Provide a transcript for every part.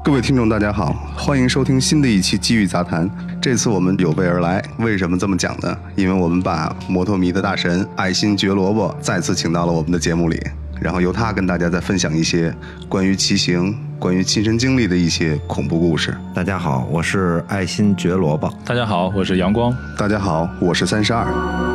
各位听众大家好，欢迎收听新的一期机遇杂谈。这次我们有备而来，为什么这么讲呢？因为我们把摩托迷的大神爱新觉萝卜再次请到了我们的节目里，然后由他跟大家再分享一些关于骑行、关于亲身经历的一些恐怖故事。 大家好，我是爱新觉萝卜。 大家好，我是阳光。 大家好，我是32。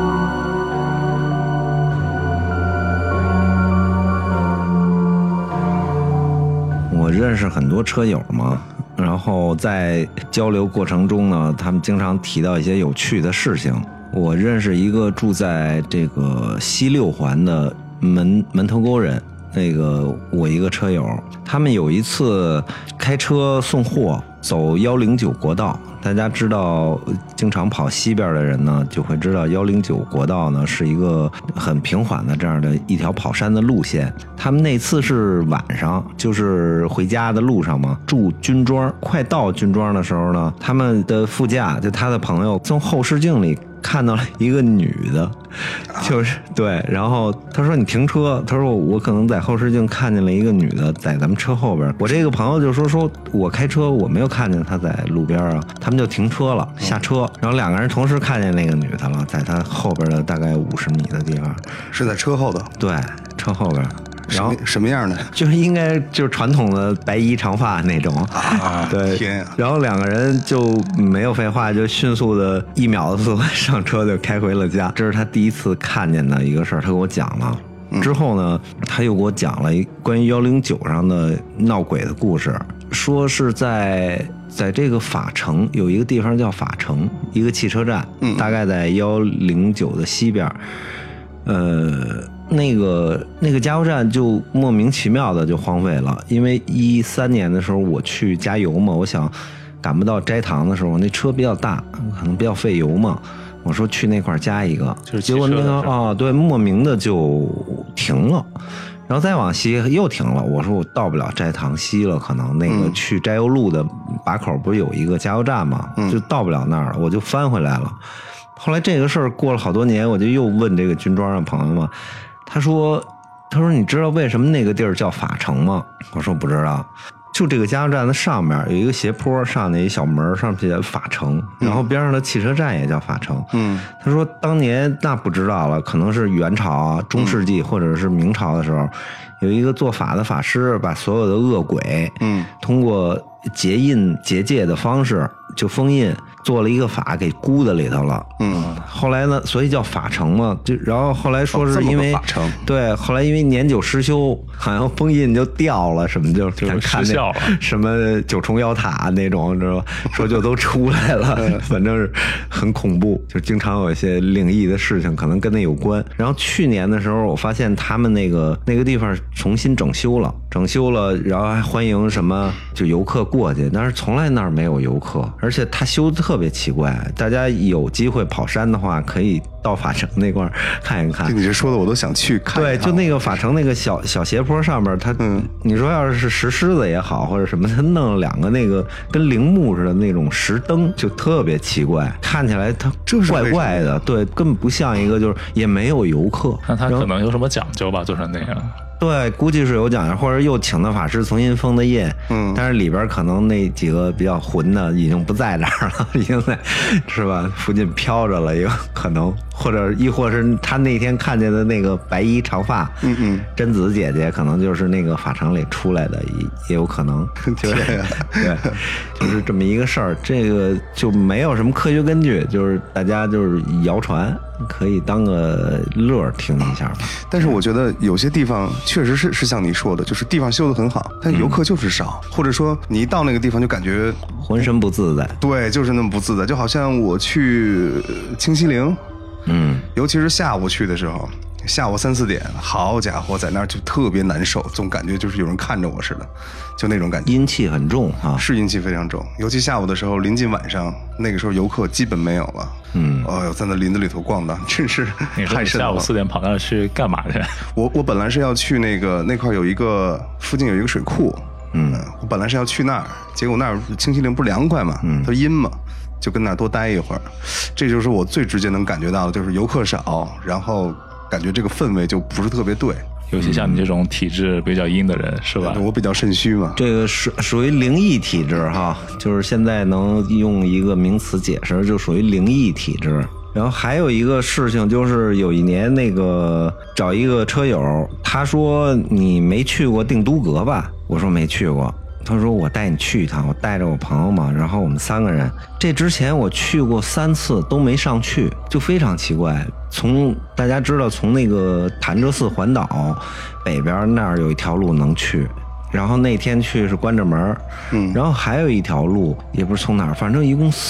我认识很多车友嘛，然后在交流过程中呢，他们经常提到一些有趣的事情。我认识一个住在这个西六环的门头沟人，我一个车友，他们有一次开车送货走109国道。大家知道经常跑西边的人呢，就会知道109国道呢是一个很平缓的这样的一条跑山的路线。他们那次是晚上，就是回家的路上嘛，住军庄。快到军庄的时候呢，他们的副驾就他的朋友从后视镜里看到了一个女的，就是对，然后他说你停车，他说我可能在后视镜看见了一个女的在咱们车后边。我这个朋友就说我开车我没有看见她在路边啊，他们就停车了，下车，然后两个人同时看见那个女的了，在她后边的大概50米的地方， 是在车后的， 对，车后边。然后什么样的？ 就是应该就是传统的白衣长发那种啊， 对。 天啊！ 然后两个人就没有废话，就迅速的1秒的速度上车就开回了家。这是他第一次看见的一个事儿，他给我讲了。之后呢，他又给我讲了关于109上的闹鬼的故事，说是在这个法城有一个地方叫法城，一个汽车站，大概在109的西边，那个加油站就莫名其妙的就荒废了，因为13年的时候我去加油嘛，我想赶不到斋堂的时候，那车比较大，可能比较费油嘛，我说去那块加一个，结果那个对，莫名的就停了，然后再往西又停了，我说我到不了斋堂西了，可能那个去斋油路的把口不是有一个加油站嘛，就到不了那儿了，我就翻回来了。后来这个事儿过了好多年，我就又问这个军庄的朋友嘛，他说你知道为什么那个地儿叫法城吗？我说不知道。就这个加油站的上面有一个斜坡，上那一小门，上面写法城，然后边上的汽车站也叫法城。他说当年那不知道了，可能是元朝啊、中世纪或者是明朝的时候，有一个做法的法师把所有的恶鬼，通过结印结界的方式就封印，做了一个法给箍在里头了。后来呢，所以叫法城嘛，就然后后来说是因为法城， 对，后来因为年久失修，好像封印就掉了什么，就看那什么9重妖塔那种，知道吧？说就都出来了，反正是很恐怖，就经常有一些灵异的事情，可能跟那有关。然后去年的时候，我发现他们那个地方重新整修了，然后还欢迎什么就游客过去，但是从来那儿没有游客，而且他修的特别奇怪。大家有机会跑山的话，可以到法城那块看一看。 你这说的我都想去看。 对，就那个法城那个小斜坡上面，他你说要是石狮子也好，或者什么，他弄了2个那个跟陵墓似的那种石灯，就特别奇怪，看起来它怪怪的，对，根本不像一个，就是也没有游客。 那他可能有什么讲究吧，做成那样。 对，估计是有讲究，或者又请的法师重新封的印，但是里边可能那几个比较混的已经不在这儿了，已经在是吧附近飘着了，也有可能，或者是他那天看见的那个白衣长发，贞子姐姐，可能就是那个法城里出来的，也有可能，对，就是这么一个事儿，这个就没有什么科学根据，就是大家就是谣传，可以当个乐听一下吧。 但是我觉得有些地方确实是像你说的，就是地方修得很好，但游客就是少，或者说你一到那个地方就感觉浑身不自在。 对，就是那么不自在。就好像我去清西陵，尤其是下午去的时候，下午3、4点，好家伙，在那儿就特别难受，总感觉就是有人看着我似的，就那种感觉。 阴气很重啊， 是阴气非常重，尤其下午的时候，临近晚上，那个时候游客基本没有了。在那林子里头逛的，真是太深了。 下午4点跑那儿去干嘛去？ 我本来是要去那块有一个附近有一个水库，我本来是要去那儿，结果那儿清西陵不是凉快嘛，它阴嘛。就跟那儿多待一会儿，这就是我最直接能感觉到的，就是游客少，然后感觉这个氛围就不是特别对。 尤其像你这种体质比较阴的人，是吧？ 我比较肾虚嘛。 这个属于灵异体质哈，就是现在能用一个名词解释，就属于灵异体质。然后还有一个事情就是有一年那个找一个车友，他说你没去过定都阁吧？我说没去过。他说我带你去一趟，我带着我朋友嘛，然后我们3个人。这之前我去过3次都没上去，就非常奇怪。大家知道从那个潭柘寺环岛北边那儿有一条路能去，然后那天去是关着门，然后还有一条路也不是从哪儿，反正一共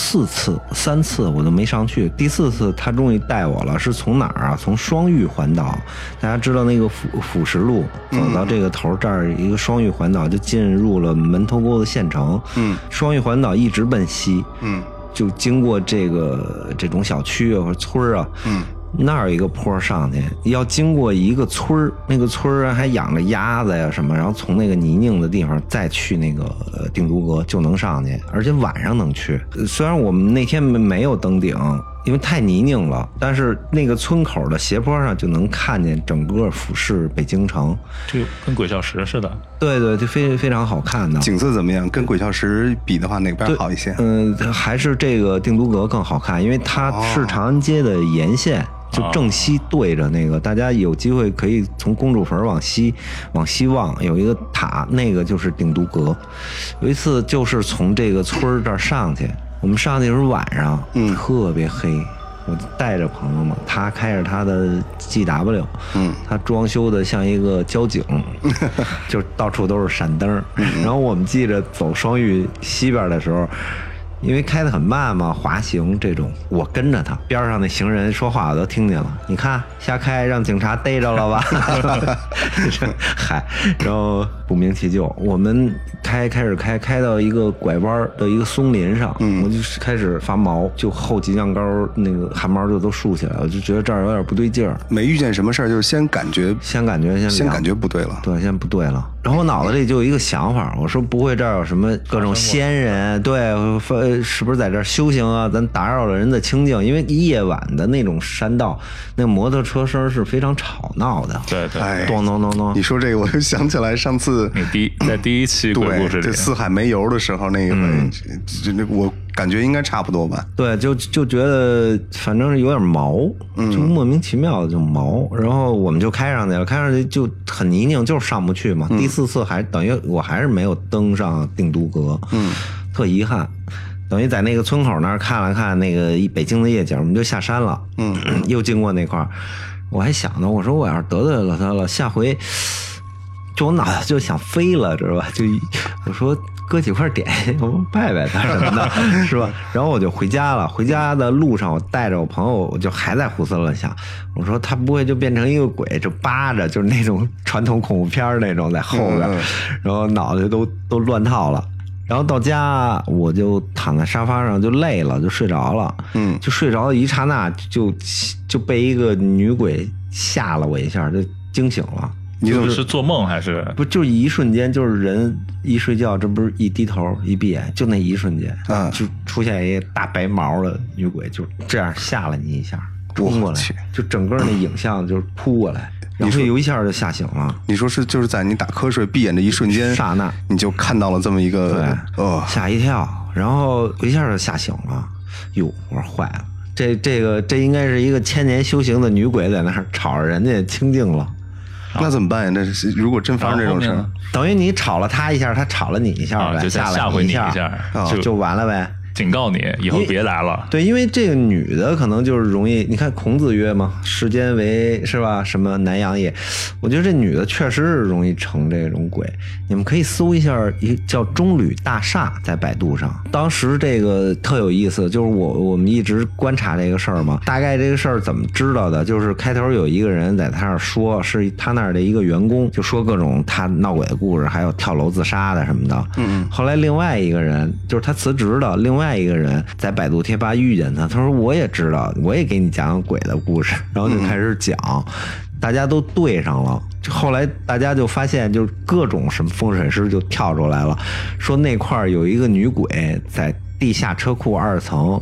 3次我都没上去。第4次他终于带我了，是从哪儿啊？从双峪环岛。大家知道那个辅石路走到这个头，这儿一个双峪环岛就进入了门头沟的县城。双峪环岛一直奔西，就经过这种小区啊或者村啊，那儿有一个坡上去，要经过一个村儿，那个村儿还养着鸭子呀什么，然后从那个泥泞的地方再去那个定都阁就能上去，而且晚上能去。虽然我们那天没有登顶，因为太泥泞了，但是那个村口的斜坡上就能看见整个俯视北京城， 就跟鬼笑石似的。 对对，就非常好看的。 景色怎么样？跟鬼笑石比的话，哪边好一些？ 还是这个定都阁更好看，因为它是长安街的沿线。就正西对着那个，大家有机会可以从公主坟往西望，有一个塔，那个就是定都阁。有一次就是从这个村这儿上去，我们上去的时候晚上，特别黑，我带着朋友嘛，他开着他的 GW，他装修的像一个交警，就到处都是闪灯。然后我们记着走双峪西边的时候。因为开得很慢嘛，滑行这种，我跟着他，边上那行人说话我都听见了。你看瞎开，让警察逮着了吧？嗨，然后不明其就，我们开到一个拐弯的一个松林上，我就开始发毛，就后脊梁高那个汗毛就都竖起来了，我就觉得这儿有点不对劲儿。 没遇见什么事儿，就是先感觉不对了。 对，先不对了。然后我脑子里就有一个想法，我说不会这儿有什么各种仙人，对，是不是在这儿修行啊？咱打扰了人的清静，因为夜晚的那种山道，那摩托车声是非常吵闹的。 对对， 咚咚咚咚。 你说这个，我就想起来上次在第一期鬼故事里， 这四海没油的时候，那个我感觉应该差不多吧。 对，就觉得反正是有点毛，就莫名其妙的就毛。然后我们就开上去就很泥泞，就是上不去嘛。第4次还等于我还是没有登上定都阁，特遗憾。等于在那个村口那儿看了看那个北京的夜景，我们就下山了。又经过那块儿，我还想呢，我说我要是得罪了他了，下回就我脑子就想飞了，知道吧？就我说搁几块点，我们拜拜他什么的，是吧？然后我就回家了。回家的路上，我带着我朋友，我就还在胡思乱想。我说他不会就变成一个鬼，就扒着，就是那种传统恐怖片那种在后边，然后脑袋都乱套了。然后到家我就躺在沙发上就累了，就睡着了。就睡着的一刹那就被一个女鬼吓了我一下，就惊醒了。 你是做梦还是不？就一瞬间，就是人一睡觉，这不是一低头一闭眼，就那一瞬间，就出现一个大白毛的女鬼，就这样吓了你一下，冲过来，就整个那影像就扑过来。然后有一下就吓醒了。 你说就是在你打瞌睡闭眼的一瞬间， 刹那你就看到了这么一个， 吓一跳，然后一下就吓醒了。哟，我说坏了，这应该是一个千年修行的女鬼在那儿吵着人家清静了。 那怎么办呀？那如果真发生这种事儿， 等于你吵了他一下，他吵了你一下呗， 就吓回你一下， 就完了呗。 警告你以后别来了。 对，因为这个女的可能就是容易，你看孔子曰嘛，世间为是吧？什么南阳也，我觉得这女的确实是容易成这种鬼。你们可以搜一下一个叫中旅大厦，在百度上。当时这个特有意思，就是我们一直观察这个事儿嘛。大概这个事儿怎么知道的？就是开头有一个人在他那儿说，是他那儿的一个员工，就说各种他闹鬼的故事，还有跳楼自杀的什么的。后来另外一个人，就是他辞职的另外一个人在百度贴吧遇见他，他说我也知道，我也给你讲讲鬼的故事，然后就开始讲，大家都对上了。后来大家就发现，就是各种什么风水师就跳出来了，说那块有一个女鬼在地下车库2层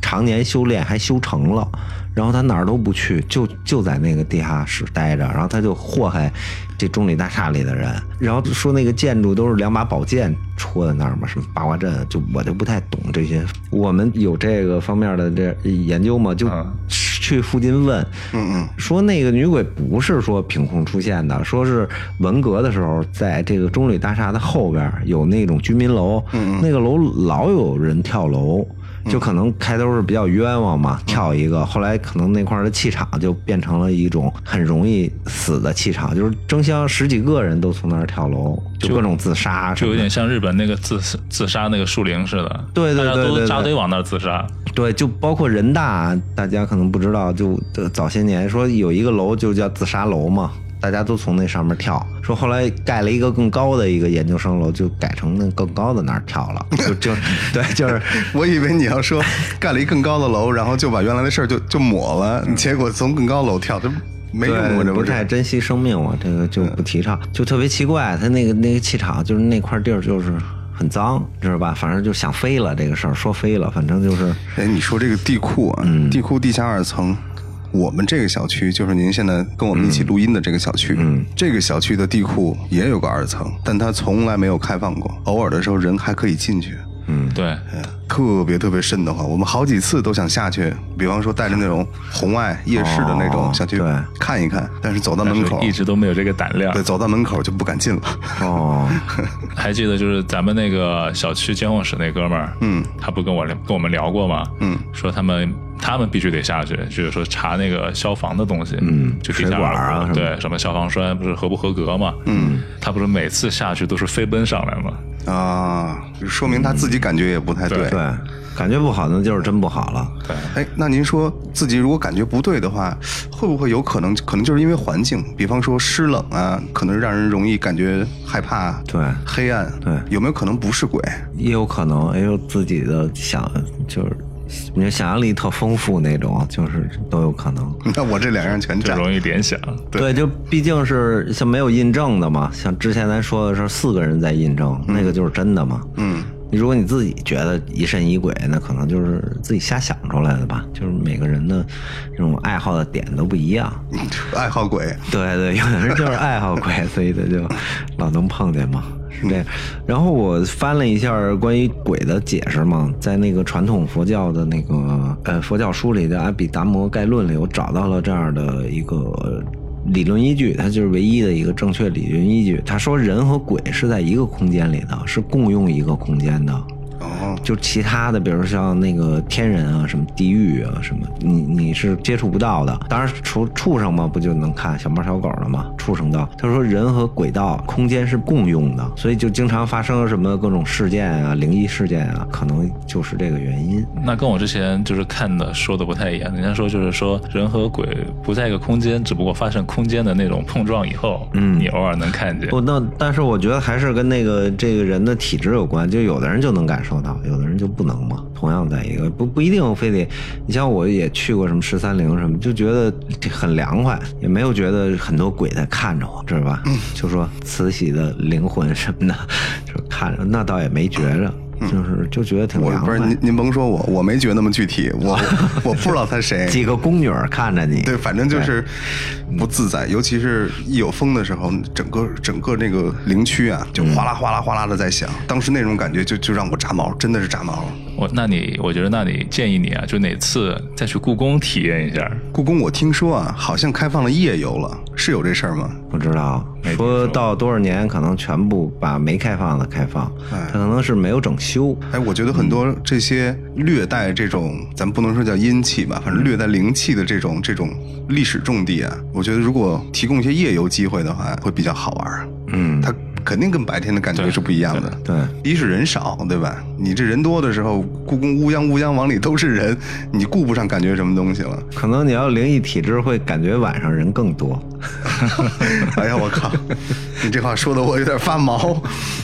常年修炼还修成了，然后他哪儿都不去，就在那个地下室待着，然后他就祸害这中里大厦里的人，然后说那个建筑都是2把宝剑戳在那儿嘛，什么八卦阵，我就不太懂这些。我们有这个方面的这研究嘛，就去附近问，说那个女鬼不是说凭空出现的，说是文革的时候，在这个中旅大厦的后边有那种居民楼，那个楼老有人跳楼。就可能开头是比较冤枉嘛，跳一个，后来可能那块的气场就变成了一种很容易死的气场，就是争相10几个人都从那儿跳楼，就各种自杀， 就有点像日本那个自杀那个树林似的， 对， 大家都扎堆往那儿自杀。 对，就包括人大，大家可能不知道，就早些年说有一个楼就叫自杀楼嘛。大家都从那上面跳，说后来盖了一个更高的一个研究生楼，就改成那更高的那儿跳了，对，就是我以为你要说盖了一更高的楼，然后就把原来的事儿就抹了，结果从更高楼跳，这没用过，这不太珍惜生命嘛，这个就不提倡，就特别奇怪，他那个气场就是那块地儿就是很脏，知道吧？反正就想飞了这个事儿，说飞了，反正就是。 哎，你说这个地库啊，地库地下2层。我们这个小区就是您现在跟我们一起录音的这个小区，这个小区的地库也有个2层，但它从来没有开放过，偶尔的时候人还可以进去。 对， 特别瘆得慌。我们好几次都想下去，比方说带着那种红外夜视的那种想去看一看，但是走到门口一直都没有这个胆量。 对，走到门口就不敢进了。 还记得就是咱们那个小区监控室那哥们儿，他不跟我们聊过吗？说他们必须得下去，就是说查那个消防的东西，就地下水管啊， 对，什么消防栓不是合不合格嘛？他不是每次下去都是飞奔上来吗？ 啊，说明他自己感觉也不太对， 感觉不好那就是真不好了。 对，哎，那您说自己如果感觉不对的话，会不会有可能就是因为环境，比方说湿冷啊，可能让人容易感觉害怕， 对， 黑暗， 对， 有没有可能不是鬼？ 也有可能，也有自己的就是你想象力特丰富那种，就是都有可能。 那我这2样全占， 就容易联想。 对，就毕竟是像没有印证的嘛，像之前咱说的是4个人在印证，那个就是真的嘛。如果你自己觉得疑神疑鬼，那可能就是自己瞎想出来的吧。就是每个人的这种爱好的点都不一样。 爱好鬼， 对，有的人就是爱好鬼，所以他就老能碰见嘛。是这样，然后我翻了一下关于鬼的解释嘛，在那个传统佛教的那个佛教书里的《阿毗达摩概论》里，我找到了这样的一个理论依据，它就是唯一的一个正确理论依据。他说人和鬼是在一个空间里的，是共用一个空间的。就其他的，比如像那个天人啊，什么地狱啊，什么你是接触不到的。当然，畜生嘛，不就能看小猫小狗了吗？畜生道。他说人和鬼道空间是共用的，所以就经常发生什么各种事件啊，灵异事件啊，可能就是这个原因。 那跟我之前就是看的说的不太一样。人家说就是说人和鬼不在一个空间，只不过发生空间的那种碰撞以后，你偶尔能看见。 但是我觉得还是跟这个人的体质有关，就有的人就能感受到，有的人就不能嘛。同样在一个不一定非得，你像我也去过什么13陵什么，就觉得很凉快，也没有觉得很多鬼在看着我，知道吧？就说慈禧的灵魂什么的，就看着，那倒也没觉着。就觉得挺凉快。 不是您甭说我没觉得那么具体，我不知道他谁。 几个宫女看着你， 对，反正就是不自在，尤其是一有风的时候，整个那个陵区啊，就哗啦哗啦哗啦的在响。当时那种感觉就让我炸毛，真的是炸毛。 我觉得那你建议你啊，就哪次再去故宫体验一下。 故宫我听说啊，好像开放了夜游了，是有这事儿吗？ 不知道，说到多少年可能全部把没开放的开放，它可能是没有整修。 哎，我觉得很多这些略带这种，咱不能说叫阴气吧，反正略带灵气的这种历史重地啊，我觉得如果提供一些夜游机会的话，会比较好玩。它肯定跟白天的感觉是不一样的。 对， 一是人少，对吧？你这人多的时候，故宫乌泱往里都是人，你顾不上感觉什么东西了。 可能你要灵异体质，会感觉晚上人更多。 哎呀，我靠！你这话说的我有点发毛。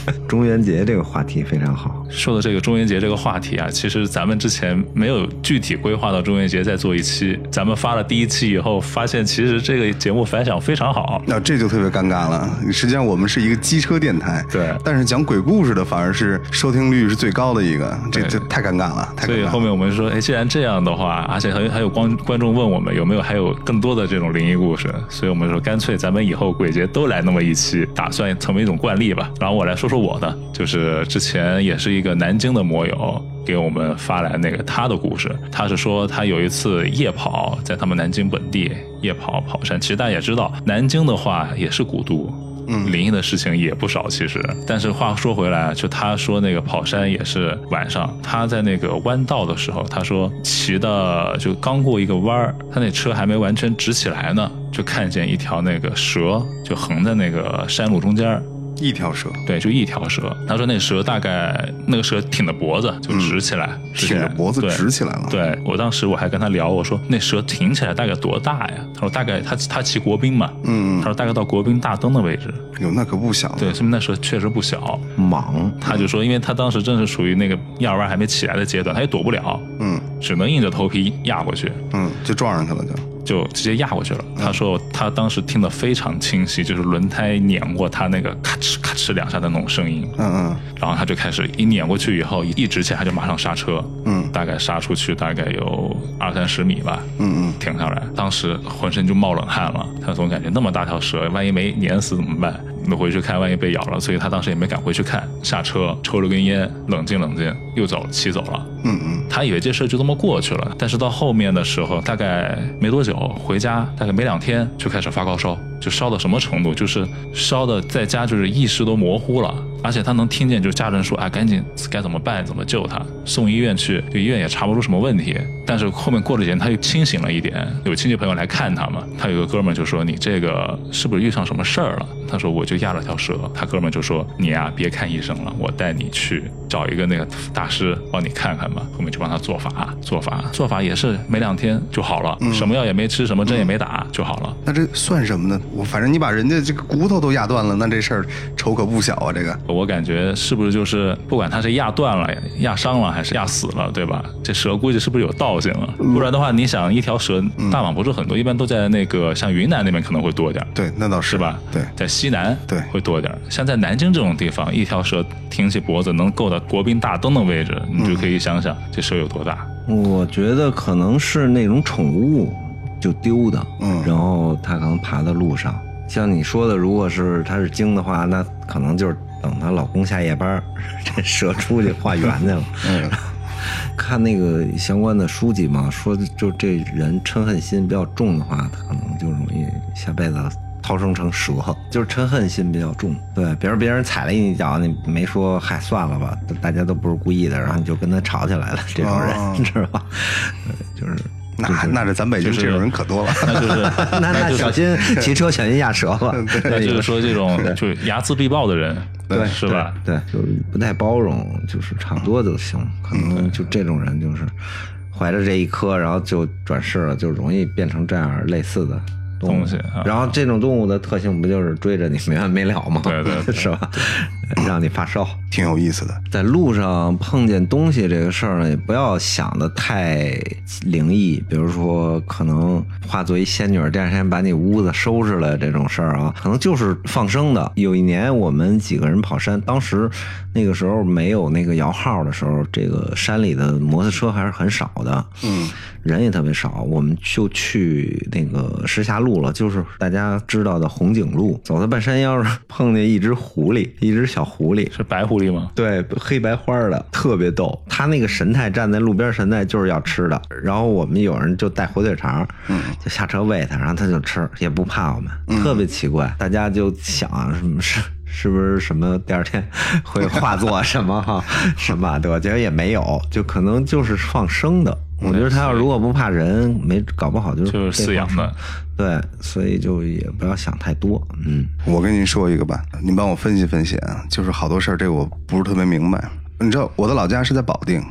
中元节这个话题非常好。 说的这个中元节这个话题啊，其实咱们之前没有具体规划到中元节再做一期，咱们发了第一期以后，发现其实这个节目反响非常好。 那这就特别尴尬了。实际上我们是一个机车电台， 对， 但是讲鬼故事的反而是收听率是最高的一个，这太尴尬了。 所以后面我们说，哎，既然这样的话，而且还有观众问我们有没有还有更多的这种灵异故事，所以我们说干脆咱们以后鬼节都来那么一期，打算成为一种惯例吧。然后我来说说我的，就是之前也是一个南京的摩友给我们发来那个他的故事。他是说他有一次夜跑，在他们南京本地夜跑山。其实大家也知道，南京的话也是古都，灵异的事情也不少其实。但是话说回来，就他说那个跑山也是晚上，他在那个弯道的时候，他说骑的就刚过一个弯，他那车还没完全直起来呢，就看见一条那个蛇就横在那个山路中间。 一条蛇， 对，就一条蛇。他说那蛇大概那个蛇挺着脖子就直起来， 挺着脖子直起来了。 对，我当时我还跟他聊，我说那蛇挺起来大概多大呀？他说大概他骑国宾嘛，他说大概到国宾大灯的位置。 哟，那可不小。 对，说明那蛇确实不小， 莽。 他就说，因为他当时正是属于那个压弯还没起来的阶段，他也躲不了，只能硬着头皮压过去， 就撞上去了就直接压过去了。他说他当时听得非常清晰，就是轮胎碾过他那个咔哧咔哧两下的那种声音。然后他就开始一碾过去以后，一直起来他就马上刹车。大概刹出去大概有20-30米吧。停下来，当时浑身就冒冷汗了。他总感觉那么大条蛇，万一没碾死怎么办？那回去看，万一被咬了，所以他当时也没敢回去看，下车抽了根烟，冷静冷静，又骑走了。他以为这事就这么过去了，但是到后面的时候，大概没多久回家，大概没2天就开始发高烧，就烧到什么程度，就是烧的在家就是意识都模糊了，而且他能听见就家人说，赶紧该怎么办，怎么救他，送医院去，就医院也查不出什么问题。但是后面过了几天他又清醒了一点，有亲戚朋友来看他嘛，他有个哥们就说，你这个是不是遇上什么事儿了？他说我就压了条蛇。他哥们就说，你呀别看医生了，我带你去找一个那个大师帮你看看吧。后面就帮他做法也是没2天就好了，什么药也没吃，什么针也没打就好了。 那这算什么呢？反正你把人家这个骨头都压断了，那这事儿仇可不小啊。这个我感觉是不是就是不管他是压断了、压伤了还是压死了，对吧？这蛇估计是不是有道性了？不然的话，你想一条蛇大网不是很多，一般都在那个像云南那边可能会多点。 对，那倒是吧？ 对， 在西南对会多点。像在南京这种地方，一条蛇挺起脖子能够到国宾大灯的位置，你就可以想想这蛇有多大。 我觉得可能是那种宠物就丢的，然后它可能爬到路上。像你说的，如果是它是精的话，那可能就是等她老公下夜班，这蛇出去化缘去了。看那个相关的书籍嘛，说就这人嗔恨心比较重的话，他可能就容易下辈子逃生成蛇，就是嗔恨心比较重。对，比如别人踩了你一脚，你没说嗨算了吧，大家都不是故意的，然后你就跟他吵起来了，这种人知道吧？就是。 那这咱北京这种人可多了， 那就是那小心骑车小心压蛇了。 那就是说这种就是睚眦必报的人， 对， 是吧？ 对，就是不太包容，就是差不多就行。可能就这种人就是怀着这一颗，然后就转世了，就容易变成这样类似的东西。然后这种动物的特性不就是追着你没完没了吗？ 对， 是吧？让你发烧， 挺有意思的。 在路上碰见东西这个事儿呢，也不要想的太灵异，比如说可能化作一仙女第二天把你屋子收拾了这种事儿啊，可能就是放生的。有一年我们几个人跑山，当时那个时候没有那个摇号的时候，这个山里的摩托车还是很少的，人也特别少，我们就去那个石峡路了，就是大家知道的红景路。走到半山腰上碰见一只狐狸，一只小狐狸， 是白狐狸吗？ 对，黑白花的，特别逗。他那个神态，站在路边神态就是要吃的。然后我们有人就带火腿肠，就下车喂他，然后他就吃，也不怕我们，特别奇怪。大家就想什么是不是什么第二天会化作什么什么对吧？结果也没有，就可能就是放生的。我觉得他要如果不怕人，搞不好就是饲养的。 对，所以就也不要想太多。 我跟您说一个吧，您帮我分析分析啊，就是好多事儿这我不是特别明白。你知道我的老家是在保定，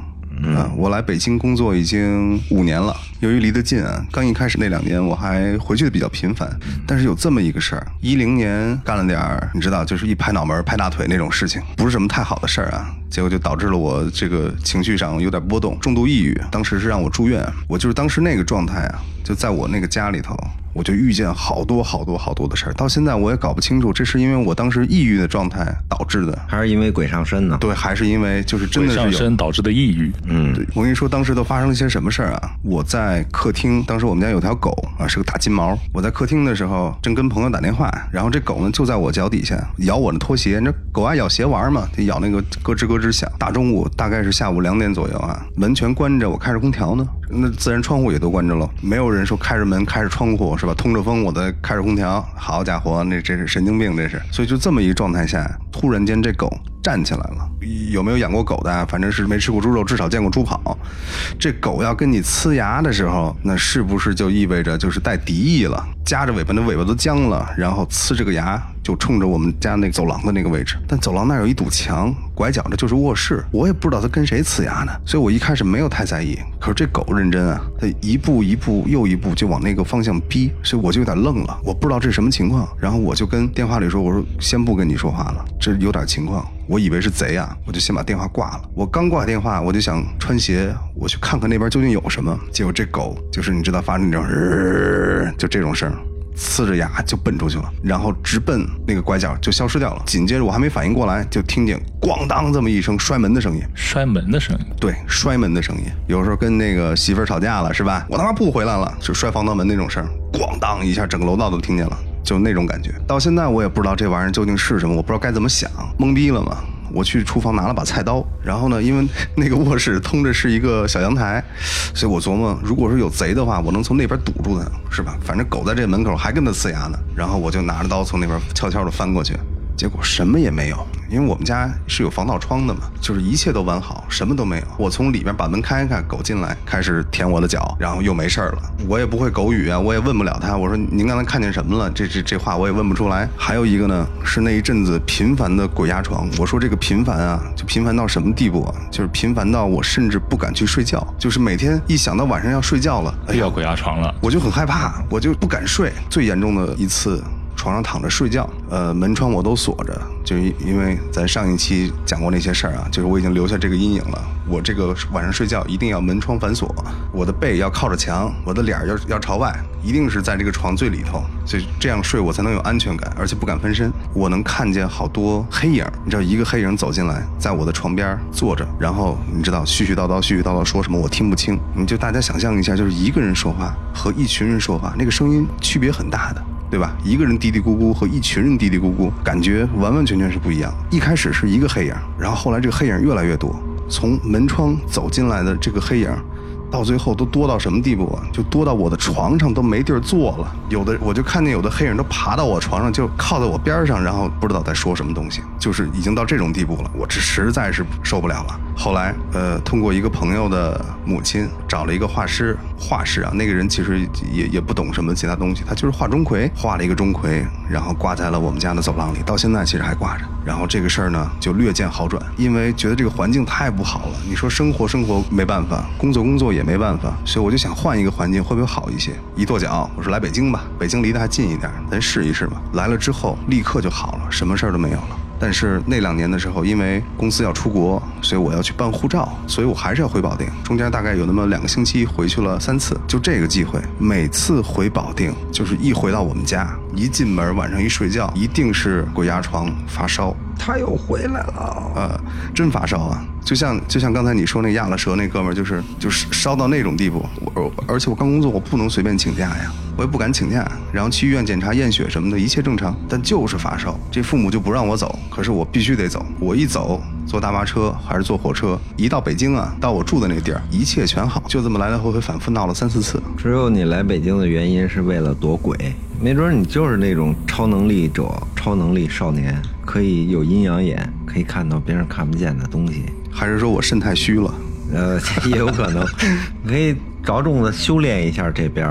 我来北京工作已经5年了，由于离得近啊，刚一开始那2年我还回去的比较频繁，但是有这么一个事儿，10年干了点儿，你知道，就是一拍脑门拍大腿那种事情，不是什么太好的事儿啊，结果就导致了我这个情绪上有点波动，重度抑郁，当时是让我住院，我就是当时那个状态啊，就在我那个家里头，我就遇见好多的事儿，到现在我也搞不清楚，这是因为我当时抑郁的状态导致的， 还是因为鬼上身呢？ 对，还是因为就是真的是鬼上身导致的抑郁。 对，我跟你说，当时都发生了一些什么事儿啊？我在客厅，当时我们家有条狗啊，是个大金毛。我在客厅的时候，正跟朋友打电话，然后这狗呢就在我脚底下咬我的拖鞋。你这狗爱咬鞋玩嘛，就咬那个咯吱咯吱响。大中午，大概是下午2点左右啊，门全关着，我开着空调呢，那自然窗户也都关着了，没有人说开着门开着窗户是吧？通着风，我在开着空调，好家伙，这是神经病，这是。所以就这么一个状态下，突然间这狗站起来了。有没有养过狗的？反正是没吃过猪肉，至少见过猪跑。这狗要跟你呲牙的时候，那是不是就意味着就是带敌意了？夹着尾巴，那尾巴都僵了，然后呲这个牙就冲着我们家那个走廊的那个位置。但走廊那有一堵墙，拐角的就是卧室，我也不知道它跟谁呲牙呢，所以我一开始没有太在意。可是这狗认真啊，它一步一步又一步就往那个方向逼，所以我就有点愣了，我不知道这是什么情况。然后我就跟电话里说，我说先不跟你说话了，这有点情况。我以为是贼啊，我就先把电话挂了。我刚挂电话，我就想穿鞋，我去看看那边究竟有什么。结果这狗就是你知道发生这种就这种声，呲着牙就奔出去了，然后直奔那个拐角就消失掉了。紧接着我还没反应过来，就听见咣当这么一声摔门的声音。 摔门的声音？ 对，摔门的声音。有时候跟那个媳妇儿吵架了是吧？我他妈不回来了，就摔防盗门那种声，咣当一下整个楼道都听见了。就那种感觉，到现在我也不知道这玩意儿究竟是什么，我不知道该怎么想，懵逼了嘛。我去厨房拿了把菜刀，然后呢，因为那个卧室通着是一个小阳台，所以我琢磨，如果是有贼的话，我能从那边堵住他，是吧？反正狗在这门口还跟他呲牙呢，然后我就拿着刀从那边悄悄的翻过去。结果什么也没有，因为我们家是有防盗窗的嘛，就是一切都完好，什么都没有。我从里边把门开开，狗进来开始舔我的脚，然后又没事了。我也不会狗语啊，我也问不了他。我说您刚才看见什么了？这话我也问不出来。还有一个呢，是那一阵子频繁的鬼压床。我说这个频繁啊，就频繁到什么地步啊？就是频繁到我甚至不敢去睡觉，就是每天一想到晚上要睡觉了， 又要鬼压床了， 我就很害怕，我就不敢睡。最严重的一次，床上躺着睡觉，门窗我都锁着，就因为咱上一期讲过那些事儿啊，就是我已经留下这个阴影了。我这个晚上睡觉一定要门窗反锁，我的背要靠着墙，我的脸要朝外，一定是在这个床最里头，所以这样睡我才能有安全感，而且不敢翻身。我能看见好多黑影，你知道一个黑影走进来，在我的床边坐着，然后你知道絮絮叨叨说什么我听不清，你就大家想象一下，就是一个人说话和一群人说话，那个声音区别很大的。对吧？一个人嘀嘀咕咕和一群人嘀嘀咕咕，感觉完完全全是不一样。一开始是一个黑影，然后后来这个黑影越来越多，从门窗走进来的这个黑影，到最后都多到什么地步啊？就多到我的床上都没地儿坐了。有的我就看见有的黑影都爬到我床上，就靠在我边上，然后不知道在说什么东西，就是已经到这种地步了。我这实在是受不了了。后来通过一个朋友的母亲找了一个画师啊，那个人其实也不懂什么其他东西，他就是画钟馗，画了一个钟馗，然后挂在了我们家的走廊里，到现在其实还挂着。然后这个事儿呢就略见好转，因为觉得这个环境太不好了，你说生活没办法，工作也没办法，所以我就想换一个环境会不会好一些。一跺脚我说来北京吧，北京离得还近一点，咱试一试吧。来了之后立刻就好了，什么事儿都没有了。但是那2年的时候，因为公司要出国，所以我要去办护照，所以我还是要回保定。中间大概有那么2个星期回去了3次，就这个机会，每次回保定就是一回到我们家，一进门晚上一睡觉，一定是鬼压床发烧。 他又回来了， 真发烧啊！就像刚才你说那压了舌那哥们儿，就是烧到那种地步。而且我刚工作，我不能随便请假呀，我也不敢请假。然后去医院检查验血什么的，一切正常，但就是发烧。这父母就不让我走，可是我必须得走。我一走，坐大巴车还是坐火车，一到北京啊，到我住的那地儿，一切全好。就这么来来回回反复闹了3、4次。 只有你来北京的原因是为了躲鬼，没准你就是那种超能力者、超能力少年，可以有阴阳眼，可以看到别人看不见的东西。 还是说我肾太虚了？ 也有可能。你可以着重的修炼一下这边，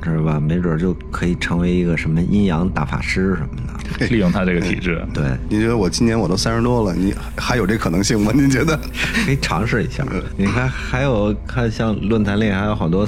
知道吧？没准就可以成为一个什么阴阳大法师什么的， 利用他这个体质。 对， 您觉得我今年我都30多了，你还有这可能性吗？您觉得？ 可以尝试一下。你看，还有看像论坛里还有好多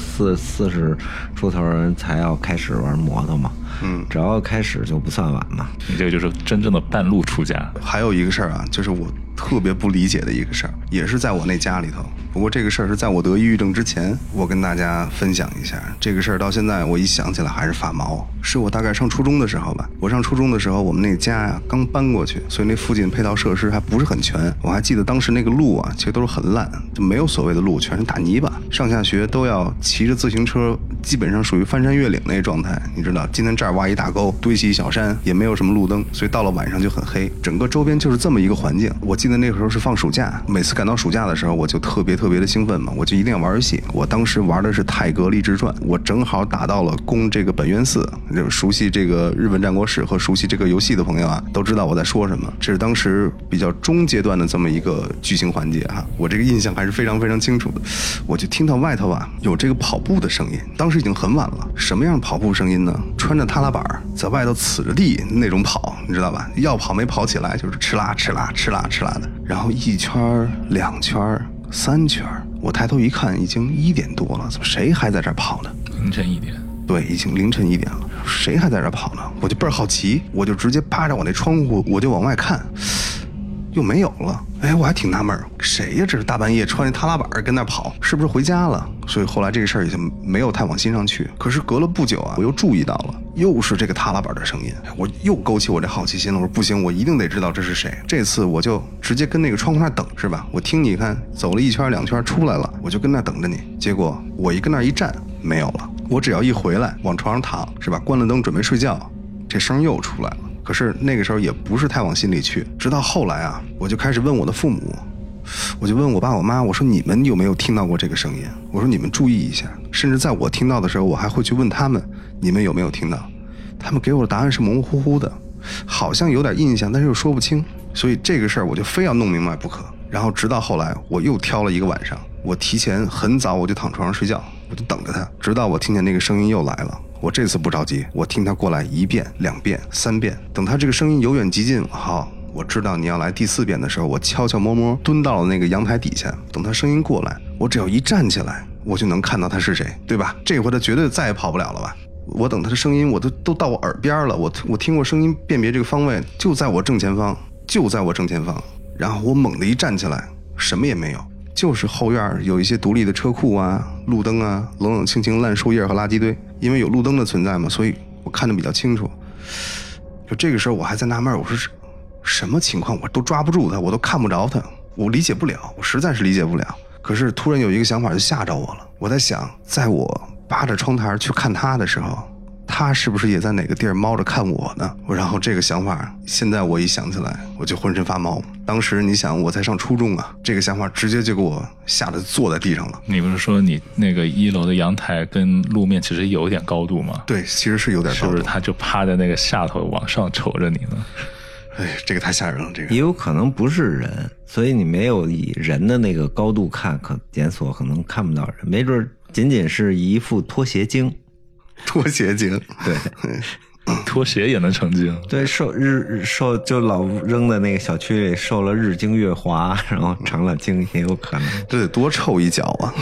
40出头人才要开始玩摩托嘛。只要开始就不算晚嘛。 你这个就是真正的半路出家。 还有一个事儿啊，就是我特别不理解的一个事儿，也是在我那家里头。不过这个事儿是在我得抑郁症之前，我跟大家分享一下。这个事儿到现在我一想起来还是发毛。是我大概上初中的时候吧，我上初中的时候，我们那家呀刚搬过去，所以那附近配套设施还不是很全。我还记得当时那个路啊，其实都是很烂，就没有所谓的路，全是大泥巴。上下学都要骑着自行车，基本上属于翻山越岭那状态。你知道，今天这儿挖一大沟，堆起一小山，也没有什么路灯，所以到了晚上就很黑。整个周边就是这么一个环境。我记得那个时候是放暑假，每次赶到暑假的时候，我就特别的兴奋嘛，我就一定要玩游戏。我当时玩的是《泰格励志传》，我正好打到了攻这个本愿寺。熟悉这个日本战国史和熟悉这个游戏的朋友啊，都知道我在说什么。这是当时比较中阶段的这么一个剧情环节哈，我这个印象还是非常清楚的。我就听到外头啊有这个跑步的声音，当时已经很晚了。什么样的跑步声音呢？穿着踏拉板在外头呲着地那种跑，你知道吧？要跑没跑起来，就是哧啦的。然后1圈、2圈、3圈，我抬头一看，已经1点多了，怎么谁还在这儿跑呢？ 凌晨1点。 对，已经凌晨1点了，谁还在这儿跑呢？我就倍儿好奇，我就直接扒着我那窗户，我就往外看，又没有了。哎，我还挺纳闷，谁呀？这是大半夜穿着踏拉板跟那跑，是不是回家了？所以后来这个事儿也就没有太往心上去。可是隔了不久啊，我又注意到了，又是这个踏拉板的声音，我又勾起我这好奇心了。我说不行，我一定得知道这是谁。这次我就直接跟那个窗户那等，是吧？我听你看走了1圈2圈出来了，我就跟那等着你。结果我一跟那一站，没有了。我只要一回来往床上躺，是吧？关了灯准备睡觉，这声又出来了。可是那个时候也不是太往心里去，直到后来啊，我就开始问我的父母，我就问我爸我妈，我说你们有没有听到过这个声音？我说你们注意一下。甚至在我听到的时候，我还会去问他们，你们有没有听到？他们给我的答案是模模糊糊的，好像有点印象，但是又说不清。所以这个事儿我就非要弄明白不可。然后直到后来，我又挑了一个晚上，我提前很早我就躺床上睡觉，我就等着他，直到我听见那个声音又来了。我这次不着急，我听他过来1遍、2遍、3遍，等他这个声音由远及近，好，我知道你要来第4遍的时候，我悄悄摸摸蹲到了那个阳台底下，等他声音过来，我只要一站起来，我就能看到他是谁，对吧？这回他绝对再也跑不了了吧？我等他的声音，我都到我耳边了，我听过声音辨别这个方位，就在我正前方。然后我猛地一站起来，什么也没有，就是后院有一些独立的车库啊、路灯啊、冷清烂树叶和垃圾堆。因为有路灯的存在嘛，所以我看得比较清楚。就这个时候我还在纳闷，我说什么情况？我都抓不住他，我都看不着他，我理解不了，我实在是理解不了。可是突然有一个想法就吓着我了，我在想，在我扒着窗台去看他的时候，他是不是也在哪个地儿猫着看我呢？然后这个想法现在我一想起来我就浑身发毛。当时你想我才上初中啊，这个想法直接就给我吓得坐在地上了。 你不是说你那个1楼的阳台跟路面其实有点高度吗？ 对，其实是有点高度。 是不是他就趴在那个下头往上瞅着你呢？ 哎，这个太吓人了。这个也有可能不是人，所以你没有以人的那个高度看，检索可能看不到人，没准仅仅是一副拖鞋精。 拖鞋精， 对， 拖鞋也能成精。 对，受就老扔在那个小区里，受了日精月华，然后成了精也有可能。 这得多臭一脚啊！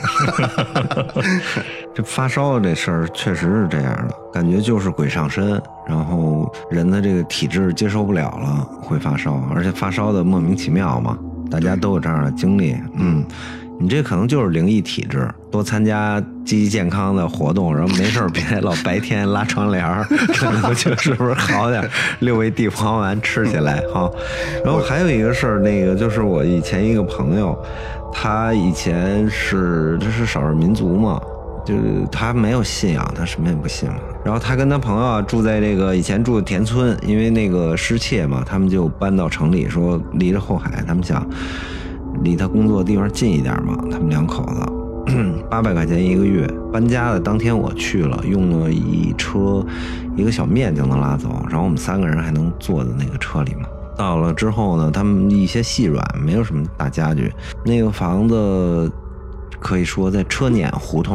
这发烧这事儿确实是这样的，感觉就是鬼上身，然后人的这个体质接受不了了，会发烧，而且发烧的莫名其妙嘛，大家都有这样的经历。你这可能就是灵异体质，多参加积极健康的活动，然后没事别老白天拉窗帘，可能就是不是好点，6味地黄丸吃起来哈。然后还有一个事儿，那个就是我以前一个朋友，他以前这是少数民族嘛，就是他没有信仰，他什么也不信了。然后他跟他朋友住在这个以前住的田村，因为那个失窃嘛，他们就搬到城里，说离着后海，他们想离他工作的地方近一点嘛，他们2口子，800块钱1个月。搬家的当天我去了，用了一个小面就能拉走，然后我们3个人还能坐在那个车里嘛。到了之后呢，他们一些细软，没有什么大家具。那个房子可以说在车碾胡同，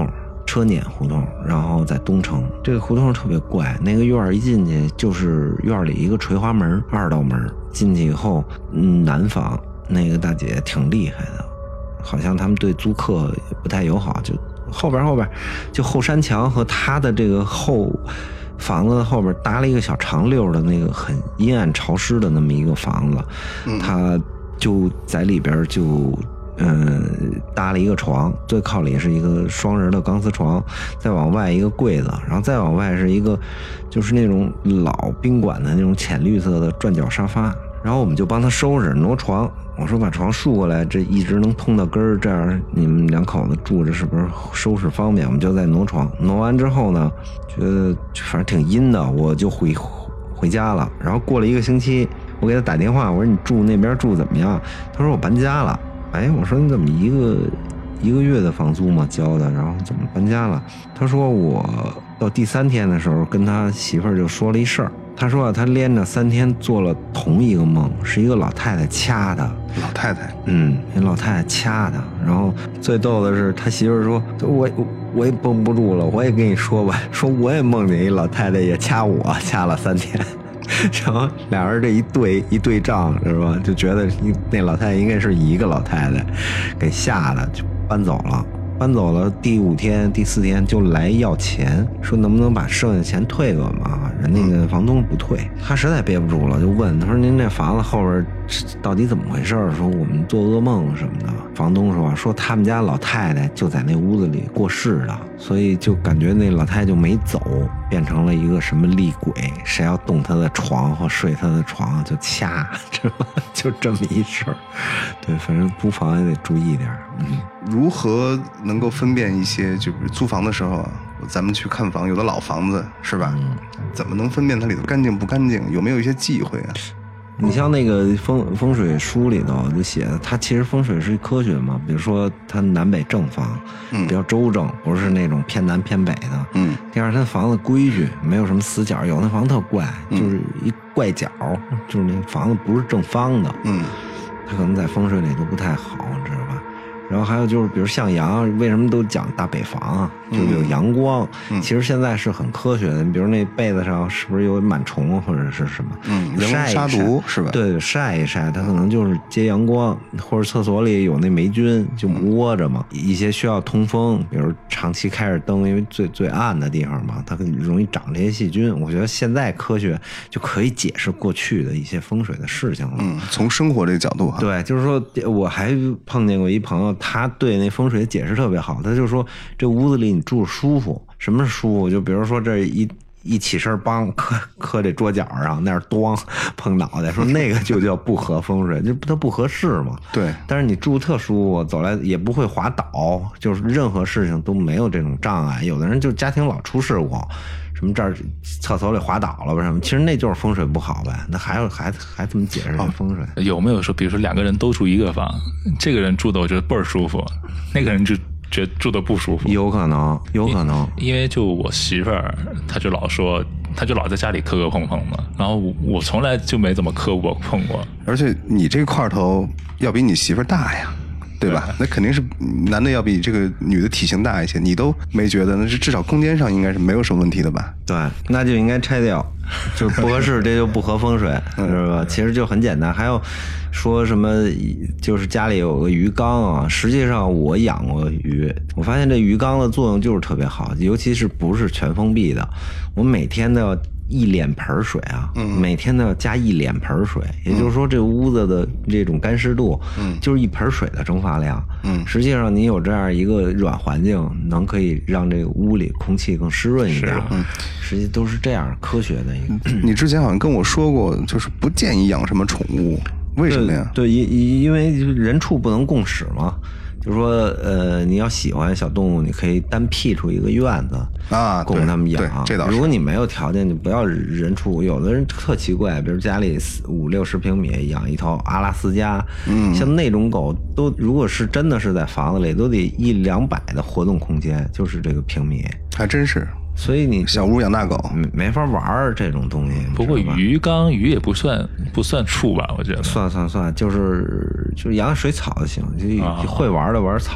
车碾胡同，然后在东城。这个胡同特别怪，那个院一进去就是院里一个垂花门，2道门，进去以后，南房那个大姐挺厉害的，好像他们对租客也不太友好，就后边就后山墙和他的这个房子的后边搭了一个小长溜的那个很阴暗潮湿的那么一个房子，他就在里边就搭了一个床，最靠里是一个双人的钢丝床，再往外一个柜子，然后再往外是一个就是那种老宾馆的那种浅绿色的转角沙发，然后我们就帮他收拾挪床，我说把床竖过来，这一直能通到根儿，这样你们2口子住着是不是收拾方便？我们就在挪床，挪完之后呢，觉得反正挺阴的，我就回家了。然后过了1个星期，我给他打电话，我说你住那边住怎么样？他说我搬家了。哎，我说你怎么一个月的房租嘛交的，然后怎么搬家了？他说我到第3天的时候跟他媳妇儿就说了一事儿。他说他连着3天做了同一个梦，是一个老太太掐的。 老太太， 那老太太掐的。然后最逗的是他媳妇儿说，我也绷不住了，我也跟你说吧，说我也梦见一老太太也掐我，掐了3天。然后俩人这一对账是吧，就觉得那老太太应该是一个老太太，给吓得就搬走了。第5天第4天就来要钱，说能不能把剩下钱退给我们啊？人那个房东不退，他实在憋不住了，就问他说您这房子后边到底怎么回事？说我们做噩梦什么的。房东说他们家老太太就在那屋子里过世的，所以就感觉那老太太就没走，变成了一个什么厉鬼，谁要动她的床或睡她的床就掐，就这么一事儿。对，反正租房也得注意点。 如何能够分辨一些，就是租房的时候啊，咱们去看房，有的老房子是吧？怎么能分辨它里头干净不干净？有没有一些忌讳啊？ 你像那个风水书里头就写的，它其实风水是科学嘛，比如说它南北正房，比较周正，不是那种偏南偏北的。第二，它房子规矩，没有什么死角，有那房子特怪，就是一怪角，就是那房子不是正方的。它可能在风水里都不太好，知道吧？然后还有就是，比如向阳，为什么都讲大北房啊？就是有阳光。其实现在是很科学的，比如那被子上是不是有螨虫或者是什么？ 人工杀毒是吧？ 对，晒一晒，它可能就是接阳光，或者厕所里有那霉菌就窝着嘛。一些需要通风，比如长期开着灯，因为最暗的地方嘛，它容易长这些细菌。我觉得现在科学就可以解释过去的一些风水的事情了。 从生活这个角度哈。 对，就是说我还碰见过一朋友。他对那风水解释特别好，他就说这屋子里你住舒服。什么是舒服？就比如说这一起身梆磕这桌角上，那儿咣碰脑袋，说那个就叫不合风水，就它不合适嘛。 对。 但是你住特舒服，走来也不会滑倒，就是任何事情都没有这种障碍。有的人就家庭老出事故，什么这儿厕所里滑倒了吧什么，其实那就是风水不好呗。那还怎么解释这风水？ 有没有说，比如说2个人都住一个房，这个人住的我觉得倍儿舒服，那个人就觉得住的不舒服？ 有可能。 因为就我媳妇儿，她就老在家里磕磕碰碰的，然后我从来就没怎么磕过碰过。 而且你这块头要比你媳妇儿大呀。对吧？那肯定是男的要比这个女的体型大一些，你都没觉得，那是至少空间上应该是没有什么问题的吧？ 对，那就应该拆掉，就是不合适，这就不合风水，是吧？其实就很简单。还有说什么，就是家里有个鱼缸啊，实际上我养过鱼，我发现这鱼缸的作用就是特别好，尤其是不是全封闭的，我每天都要1脸盆水啊，每天都要加1脸盆水，也就是说这屋子的这种干湿度，就是1盆水的蒸发量。实际上你有这样一个软环境，可以让这个屋里空气更湿润一点。实际都是这样科学的一个。 你之前好像跟我说过，就是不建议养什么宠物，为什么呀？ 对，因为人畜不能共使嘛。就是说，你要喜欢小动物，你可以单辟出一个院子啊，供他们养。 这倒是。 如果你没有条件，就不要人畜。有的人特奇怪，比如家里50-60平米养一头阿拉斯加，像那种狗都，如果是真的是在房子里，都得100-200的活动空间，就是这个平米。 还真是。 所以你小屋养大狗没法玩这种东西。 不过鱼也不算畜吧，我觉得。 算，就是养水草就行，就会玩的玩草嘛，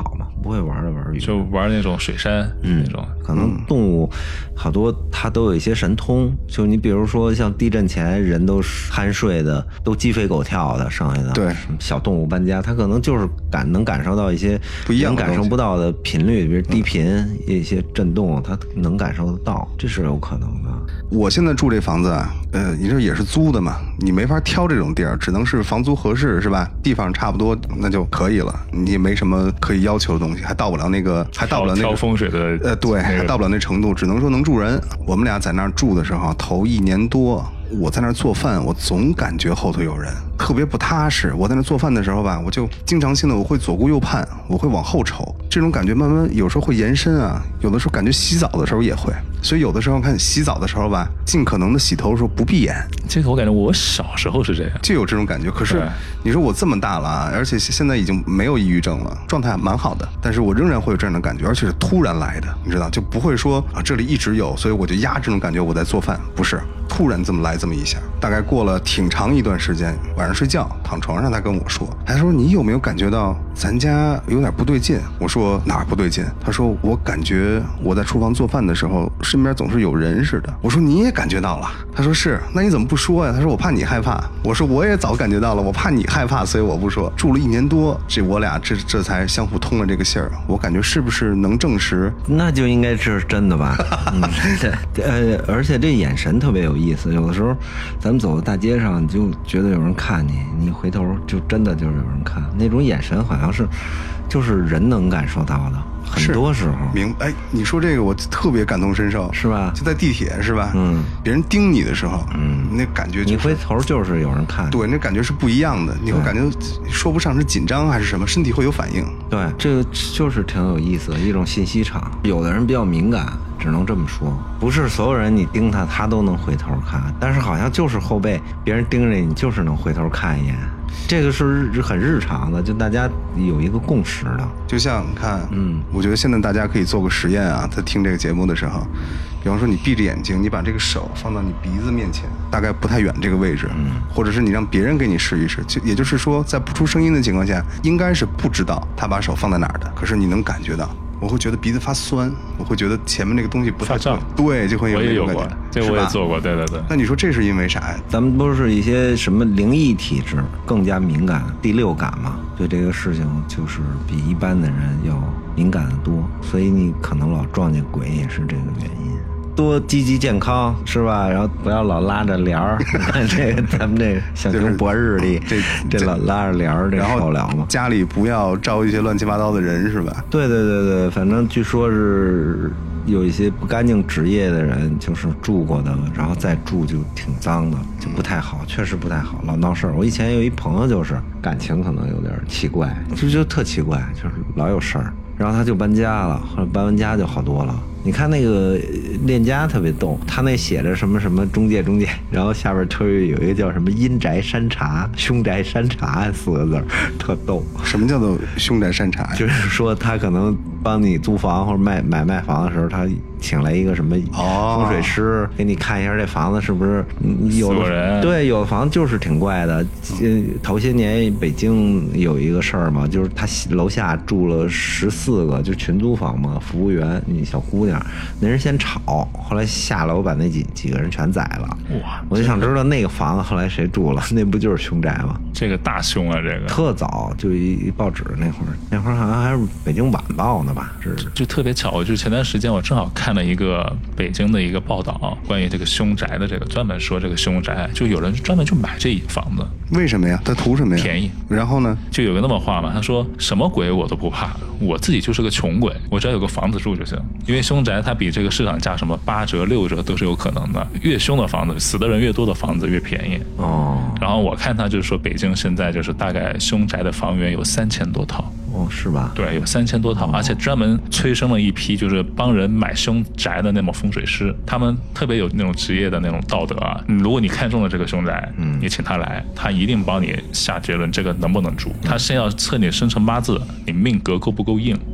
不会玩鱼， 就玩那种水山那种。 可能动物好多它都有一些神通，就你比如说像地震前人都酣睡的，都鸡飞狗跳的，剩下的对小动物搬家，它可能就是能感受到一些不一样的人感受不到的频率，比如低频一些震动，它能感受得到，这是有可能的。 我现在住这房子啊，你这也是租的嘛，你没法挑这种地儿，只能是房租合适是吧？地方差不多那就可以了，你也没什么可以要求的东西，还到不了那个挑风水的对，还到不了那程度，只能说能住人。我们俩在那儿住的时候，头1年多。我在那儿做饭，我总感觉后头有人，特别不踏实。我在那儿做饭的时候吧，我就经常性的我会左顾右盼，我会往后瞅，这种感觉慢慢有时候会延伸啊，有的时候感觉洗澡的时候也会。所以有的时候看洗澡的时候吧，尽可能的洗头的时候不闭眼。 这个我感觉我小时候是这样， 就有这种感觉。可是你说我这么大了啊，而且现在已经没有抑郁症了，状态蛮好的，但是我仍然会有这样的感觉，而且是突然来的，你知道，就不会说啊这里一直有，所以我就压这种感觉我在做饭，不是突然这么来这么一下。大概过了挺长一段时间，晚上睡觉躺床上，他跟我说，他说你有没有感觉到咱家有点不对劲？我说哪儿不对劲？他说我感觉我在厨房做饭的时候，身边总是有人似的。我说你也感觉到了？他说是。那你怎么不说呀？他说我怕你害怕。我说我也早感觉到了，我怕你害怕，所以我不说。住了1年多，我俩这才相互通了这个信儿。我感觉是不是能证实？ 那就应该是真的吧。而且这眼神特别有意思，有的时候咱们走到大街上，你就觉得有人看你，你回头就真的就是有人看，那种眼神好像是就是人能感受到的，很多时候。 哎，你说这个我特别感同身受， 是吧？ 就在地铁是吧？别人盯你的时候，那感觉、就是、 你回头就是有人看， 对，那感觉是不一样的。你会感觉说不上是紧张还是什么，身体会有反应。 对，这个就是挺有意思的一种信息场。有的人比较敏感，只能这么说，不是所有人你盯他都能回头看，但是好像就是后背别人盯着你，就是能回头看一眼。这个是很日常的，就大家有一个共识的。 就像你看，我觉得现在大家可以做个实验啊，在听这个节目的时候，比方说你闭着眼睛，你把这个手放到你鼻子面前，大概不太远这个位置，或者是你让别人给你试一试，也就是说，在不出声音的情况下，应该是不知道他把手放在哪儿的，可是你能感觉到。我会觉得鼻子发酸，我会觉得前面那个东西不太对，对，就会有我也有过，这我也做过，对。 那你说这是因为啥呀？ 咱们不是一些什么灵异体质更加敏感，第六感嘛，对这个事情就是比一般的人要敏感得多，所以你可能老撞见鬼也是这个原因。多积极健康是吧？然后不要老拉着帘儿。你看这个咱们这个小熊博日里，这老拉着帘儿，这受不了吗？ 家里不要招一些乱七八糟的人是吧？ 对，反正据说是有一些不干净职业的人，就是住过的，然后再住就挺脏的，就不太好，确实不太好，老闹事儿。我以前有一朋友就是感情可能有点奇怪，就特奇怪，就是老有事儿。然后他就搬家了，后来搬完家就好多了。你看那个链家特别逗，他那写着什么什么中介，然后下边推有一个叫什么阴宅山茶、凶宅山茶4个字，特逗。 什么叫做凶宅山茶？ 就是说他可能帮你租房或者卖房的时候，他请来一个什么风水师给你看一下这房子是不是有的人。对，有的房子就是挺怪的。头些年北京有一个事儿嘛，就是他楼下住了14个，就群租房嘛，服务员你小姑娘，那人先吵，后来下楼把那几个人全宰了。哇！我就想知道那个房子后来谁住了？那不就是凶宅吗？ 这个大凶啊！这个特早就一报纸那会儿好像还是北京晚报呢吧？是就特别巧，就前段时间我正好看了一个北京的一个报道，关于这个凶宅的这个，专门说这个凶宅，就有人专门就买这一房子。 为什么呀？他图什么呀？ 便宜。 然后呢？ 就有个那么话嘛，他说什么鬼我都不怕，我自己就是个穷鬼，我只要有个房子住就行。因为凶宅它比这个市场价什么8折6折都是有可能的，越凶的房子，死的人越多的房子越便宜。然后我看他就是说北京现在就是大概凶宅的房源有3000多套。 是吧？ 对，有3000多套，而且专门催生了一批就是帮人买凶宅的那种风水师，他们特别有那种职业的那种道德啊。如果你看中了这个凶宅，你请他来，他一定帮你下结论这个能不能住。他先要测你生辰八字，你命格够不够硬。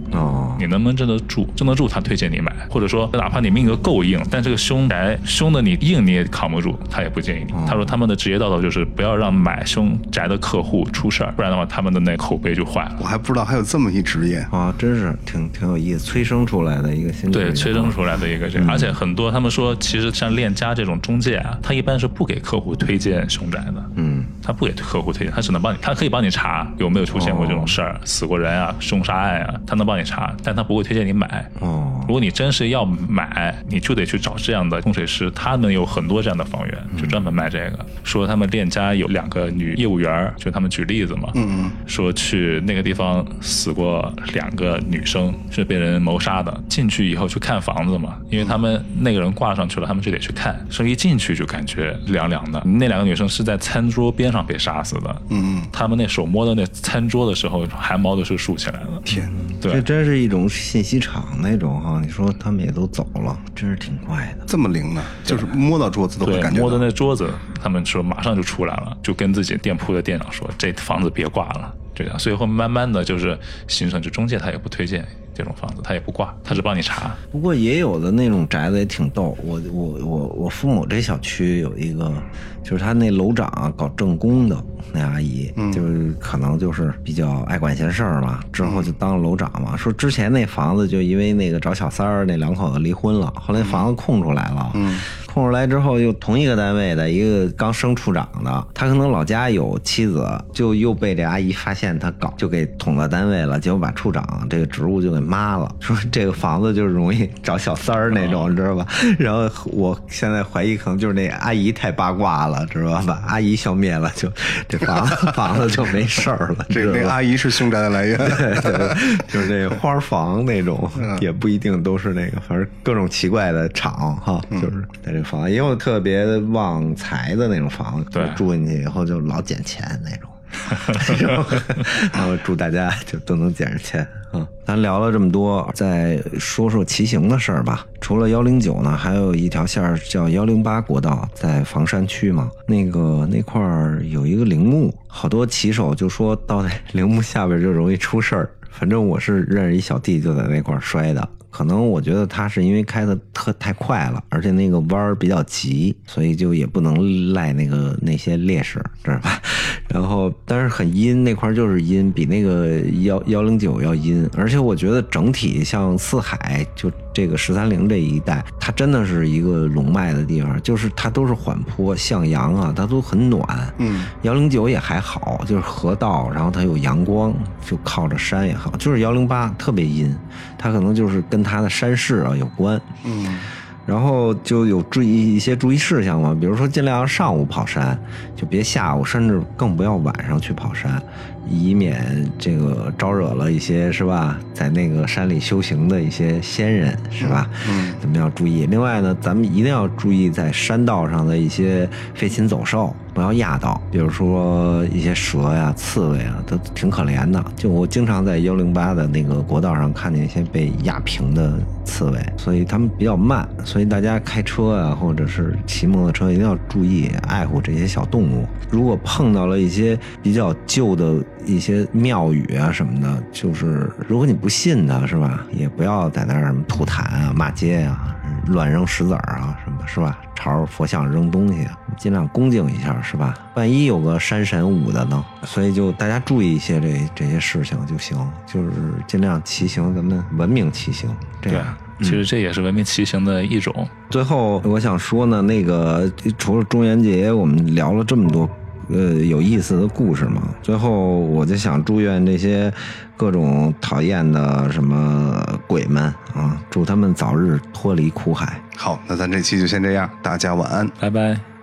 哦， 你能不能镇得住他推荐你买，或者说哪怕你命格够硬，但这个凶宅凶的你硬你也扛不住，他也不建议你。他说他们的职业道德就是不要让买凶宅的客户出事儿，不然的话他们的那口碑就坏了。 我还不知道还有这么一职业啊，真是挺有意思，催生出来的一个新职业。 对，催生出来的一个这个，而且很多他们说，其实像链家这种中介啊，他一般是不给客户推荐凶宅的。他不给客户推荐，他只能帮你，他可以帮你查有没有出现过这种事儿，死过人啊，凶杀案啊，他能帮你查，但他不会推荐你买。如果你真是要买，你就得去找这样的风水师，他们有很多这样的房源，就专门卖这个。说他们链家有2个女业务员，就他们举例子嘛，说去那个地方死过2个女生，是被人谋杀的，进去以后去看房子嘛，因为他们那个人挂上去了，他们就得去看，所以一进去就感觉凉凉的。那2个女生是在餐桌边上被杀死的，他们那手摸到那餐桌的时候，汗毛都是竖起来的。 天， 对，这真是一种信息场那种哈。你说他们也都走了，真是挺怪的。 这么灵呢？就是摸到桌子都会感觉到。 摸到那桌子，他们说马上就出来了，就跟自己店铺的店长说，这房子别挂了。这样，所以后慢慢的就是形成，就中介他也不推荐这种房子，他也不挂，他只帮你查。 不过也有的那种宅子也挺逗，我父母这小区有一个，就是他那楼长搞政工的那阿姨，就是可能就是比较爱管闲事儿嘛，之后就当了楼长嘛。说之前那房子就因为那个找小三儿那2口子离婚了，后来房子空出来了，空出来之后又同一个单位的一个刚升处长的，他可能老家有妻子，就又被这阿姨发现他搞，就给捅到单位了，结果把处长这个职务就给抹了，说这个房子就是容易找小三儿那种，知道吧？然后我现在怀疑可能就是那阿姨太八卦了，知道吧？把阿姨消灭了，就这房子就没事儿了。 这个阿姨是凶宅的来源， 对，就是这花房那种，也不一定都是那个，反正各种奇怪的厂哈，就是在这房，也有特别旺财的那种房，对，住进去以后就老捡钱那种。然后祝大家就都能捡着钱啊！咱聊了这么多，再说说骑行的事儿吧。除了109呢，还有一条线叫108国道，在房山区嘛。那块儿有一个陵墓，好多骑手就说到那陵墓下边就容易出事儿。反正我是认识一小弟就在那块儿摔的。可能我觉得他是因为开的太快了，而且那个弯儿比较急，所以就也不能赖那些烈士，知道吧？然后但是很阴，那块就是阴，比那个109要阴。而且我觉得整体像四海就这个13陵这一带，它真的是一个龙脉的地方，就是它都是缓坡向阳啊，它都很暖。109也还好，就是河道，然后它有阳光，就靠着山也好。就是108特别阴，它可能就是跟它的山势啊有关。然后就有一些注意事项嘛，比如说尽量上午跑山，就别下午，甚至更不要晚上去跑山，以免这个招惹了一些是吧，在那个山里修行的一些仙人是吧？咱们要注意。另外呢，咱们一定要注意在山道上的一些飞禽走兽，不要压到，比如说一些蛇呀、刺猬啊，都挺可怜的。就我经常在108的那个国道上看见一些被压平的刺猬，所以他们比较慢，所以大家开车啊，或者是骑摩托车一定要注意爱护这些小动物。如果碰到了一些比较旧的一些庙宇啊什么的，就是如果你不信的是吧，也不要在那儿什么吐痰啊、骂街啊、乱扔石子啊什么是吧，朝佛像扔东西，尽量恭敬一下是吧？万一有个山神舞的呢？所以就大家注意一些这些事情就行，就是尽量骑行，咱们文明骑行，这样。 其实这也是文明骑行的一种。 最后我想说呢，那个除了中元节，我们聊了这么多有意思的故事嘛，最后我就想祝愿这些各种讨厌的什么鬼们啊，祝他们早日脱离苦海。 好，那咱这期就先这样，大家晚安， 拜拜。